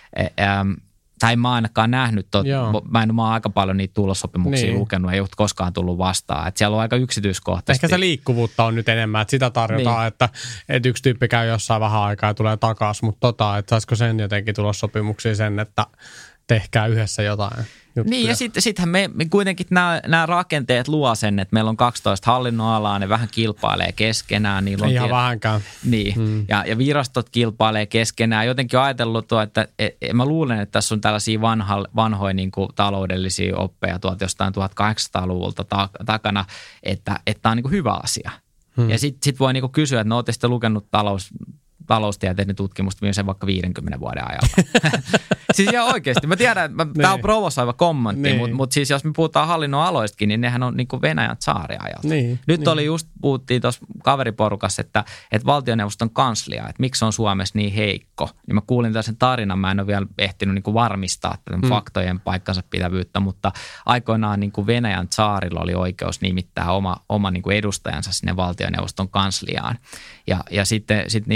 tai mä oon ainakaan nähnyt, mä oon aika paljon niitä tulossopimuksia lukenut, ei ole koskaan tullut vastaan. Että siellä on aika yksityiskohtaisesti. Ehkä se liikkuvuutta on nyt enemmän, että sitä tarjotaan, että yksi tyyppi käy jossain vähän aikaa ja tulee takaisin, mutta että saisiko sen jotenkin tulossopimuksia sen, että tehkää yhdessä jotain juttuja. Niin ja sittenhän me kuitenkin nämä rakenteet luo sen, että meillä on 12 hallinnonalaa, ne vähän kilpailee keskenään. Ei ihan vähänkään. Niin, ja virastot kilpailee keskenään. Jotenkin ajatellut, että mä luulen, että tässä on tällaisia vanhoja niin kuin taloudellisia oppeja jostain 1800-luvulta takana, että tämä on niin kuin hyvä asia. Ja sitten voi niin kuin kysyä, että no ootte sitten lukenut taloustieteiden tutkimusta viimeisen vaikka 50 vuoden ajalta. Siis ihan oikeasti. Mä tiedän, että tämä on provosoiva kommentti, mutta siis jos me puhutaan hallinnon aloistakin, niin nehän on niin kuin Venäjän tsaariajalta. Nyt oli just, puhuttiin tuossa kaveriporukassa, että valtioneuvoston kanslia, että miksi on Suomessa niin heikko. Niin mä kuulin tällaisen tarinan, mä en ole vielä ehtinyt niin kuin varmistaa tämän faktojen paikkansa pitävyyttä, mutta aikoinaan niin kuin Venäjän tsaarilla oli oikeus nimittää oma niin kuin edustajansa sinne valtioneuvoston kansliaan. Ja sitten ihan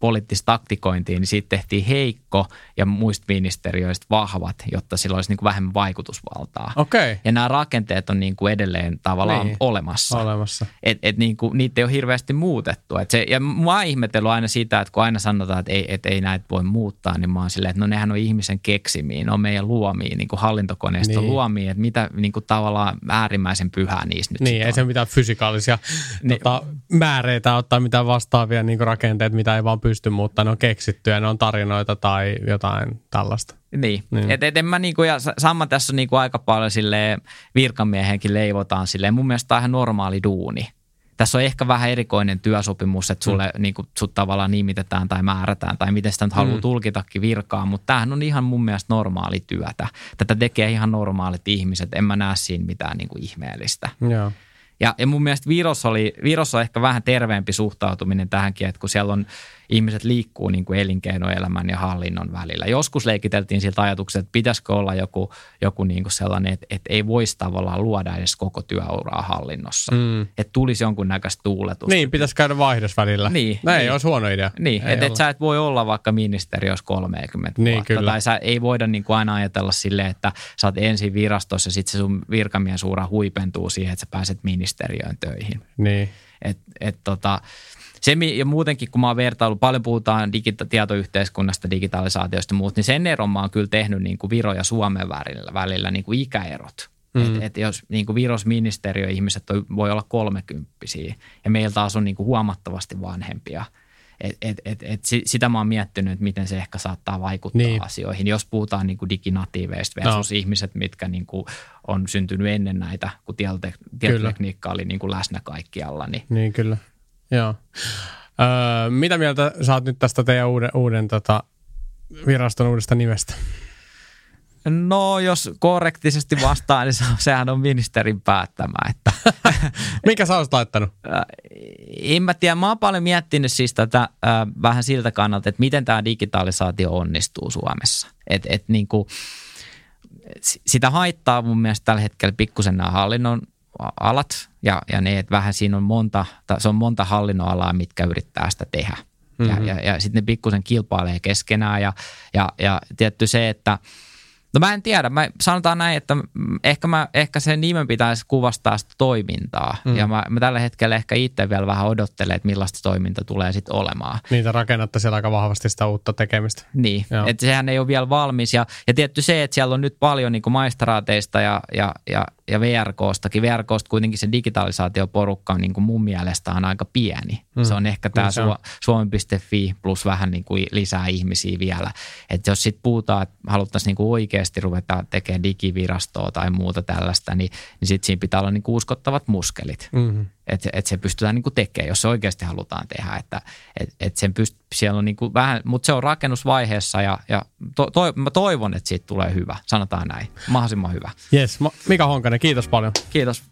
poliittista taktikointia, niin siitä tehtiin heikko ja muista ministeriöistä vahvat, jotta sillä olisi niin kuin vähemmän vaikutusvaltaa. Okei. Ja nämä rakenteet on niin kuin edelleen tavallaan olemassa. Niin kuin, niitä ei ole hirveästi muutettu. Ja mä oon ihmetellyt aina sitä, että kun aina sanotaan, että ei näitä voi muuttaa, niin mä oon silleen, että no nehän on ihmisen keksimiä, ne on meidän luomia, niin kuin hallintokoneiston luomia, että mitä niin kuin tavallaan äärimmäisen pyhää niistä nyt niin, ei se mitään fysikaalisia määreitä ottaa mitään vastaavia niin kuin rakenteita, mitä ei vaan pysty muuttamaan. Ne on keksittyjä, ne on tarinoita tai jotain tällaista. Niin. Et en mä niinku, ja sama tässä on niinku aika paljon silleen, virkamiehenkin leivotaan silleen. Mun mielestä tämä on ihan normaali duuni. Tässä on ehkä vähän erikoinen työsopimus, että sulle niinku, sut tavallaan nimitetään tai määrätään tai miten sitä nyt haluaa tulkitakin virkaa, mutta tämähän on ihan mun mielestä normaali työtä. Tätä tekee ihan normaalit ihmiset, en mä näe siinä mitään niinku ihmeellistä. Joo. Ja mun mielestä Virossa on ehkä vähän terveempi suhtautuminen tähänkin, että kun siellä on ihmiset liikkuu niin kuin elinkeinoelämän ja hallinnon välillä. Joskus leikiteltiin siltä ajatukset, että pitäisikö olla joku niin kuin sellainen, että ei voisi tavallaan luoda edes koko työuraa hallinnossa. Että tulisi jonkunnäköistä tuuletusta. Niin, pitäisi käydä vaihdos välillä. Niin. Ei olisi huono idea. Niin, että sä et voi olla vaikka ministeriössä 30 niin, vuotta. Kyllä. Tai sä ei voida niin kuin aina ajatella silleen, että sä oot ensin virastossa ja sitten se sun virkamiesuura huipentuu siihen, että sä pääset ministeriöön töihin. Niin. Se ja muutenkin, kun mä oon vertaillut, paljon puhutaan tietoyhteiskunnasta, digitalisaatiosta ja muuta, niin sen eron mä oon kyllä tehnyt niin kuin Viro ja Suomen välillä niin kuin ikäerot. Että jos niin kuin Viros ministeriöihmiset voi olla 30-vuotiaita ja meillä taas on niin kuin huomattavasti vanhempia. Sitä mä oon miettinyt, että miten se ehkä saattaa vaikuttaa asioihin. Jos puhutaan niin kuin diginatiiveista versus ihmiset, mitkä niin kuin on syntynyt ennen näitä, kun tietotekniikka oli niin kuin läsnä kaikkialla. Niin kyllä. Joo. Mitä mieltä sä oot nyt tästä teidän uuden viraston uudesta nimestä? No, jos korrektisesti vastaan, niin sehän on ministerin päättämä. Että Minkä sä olisit laittanut? En mä tiedä. Mä oon paljon miettinyt siis tätä vähän siltä kannalta, että miten tämä digitalisaatio onnistuu Suomessa. Niin kuin, sitä haittaa mun mielestä tällä hetkellä pikkusen nämä hallinnon alat ja ne, että vähän siinä on monta hallinnon alaa, mitkä yrittää sitä tehdä. Ja sitten ne pikkusen kilpailee keskenään ja tietty se, että no mä en tiedä, sanotaan näin, että ehkä sen nimen pitäisi kuvastaa sitä toimintaa ja mä tällä hetkellä ehkä itse vielä vähän odottelen, että millaista toiminta tulee sitten olemaan. Niitä rakennatte siellä aika vahvasti sitä uutta tekemistä. Niin, että sehän ei ole vielä valmis ja tietty se, että siellä on nyt paljon niin kuin maistraateista ja VRKstakin. VRKsta kuitenkin se digitalisaatioporukka on niin kuin mun mielestä on aika pieni. Se on ehkä tämä Suomi.fi plus vähän niin kuin lisää ihmisiä vielä. Että jos sitten puhutaan, että haluttaisiin niin kuin oikeasti ruveta tekemään digivirastoa tai muuta tällaista, niin sitten siinä pitää olla niin kuin uskottavat muskelit. Että se pystytään niin kuin tekemään, jos se oikeasti halutaan tehdä. Että sen siellä on niin kuin vähän, mutta se on rakennusvaiheessa ja mä toivon, että siitä tulee hyvä. Sanotaan näin. Mahdollisimman hyvä. Jes, Mika Honkanen, kiitos paljon. Kiitos.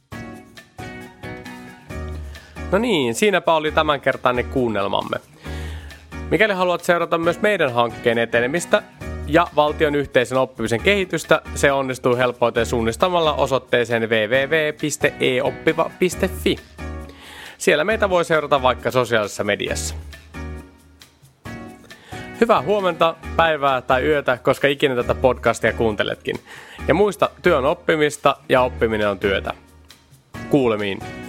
No niin, siinäpä oli tämänkertainen kuunnelmamme. Mikäli haluat seurata myös meidän hankkeen etenemistä ja valtion yhteisen oppimisen kehitystä, se onnistuu helpoiten suunnistamalla osoitteeseen www.eoppiva.fi. Siellä meitä voi seurata vaikka sosiaalisessa mediassa. Hyvää huomenta, päivää tai yötä, koska ikinä tätä podcastia kuunteletkin. Ja muista, työ on oppimista ja oppiminen on työtä. Kuulemiin.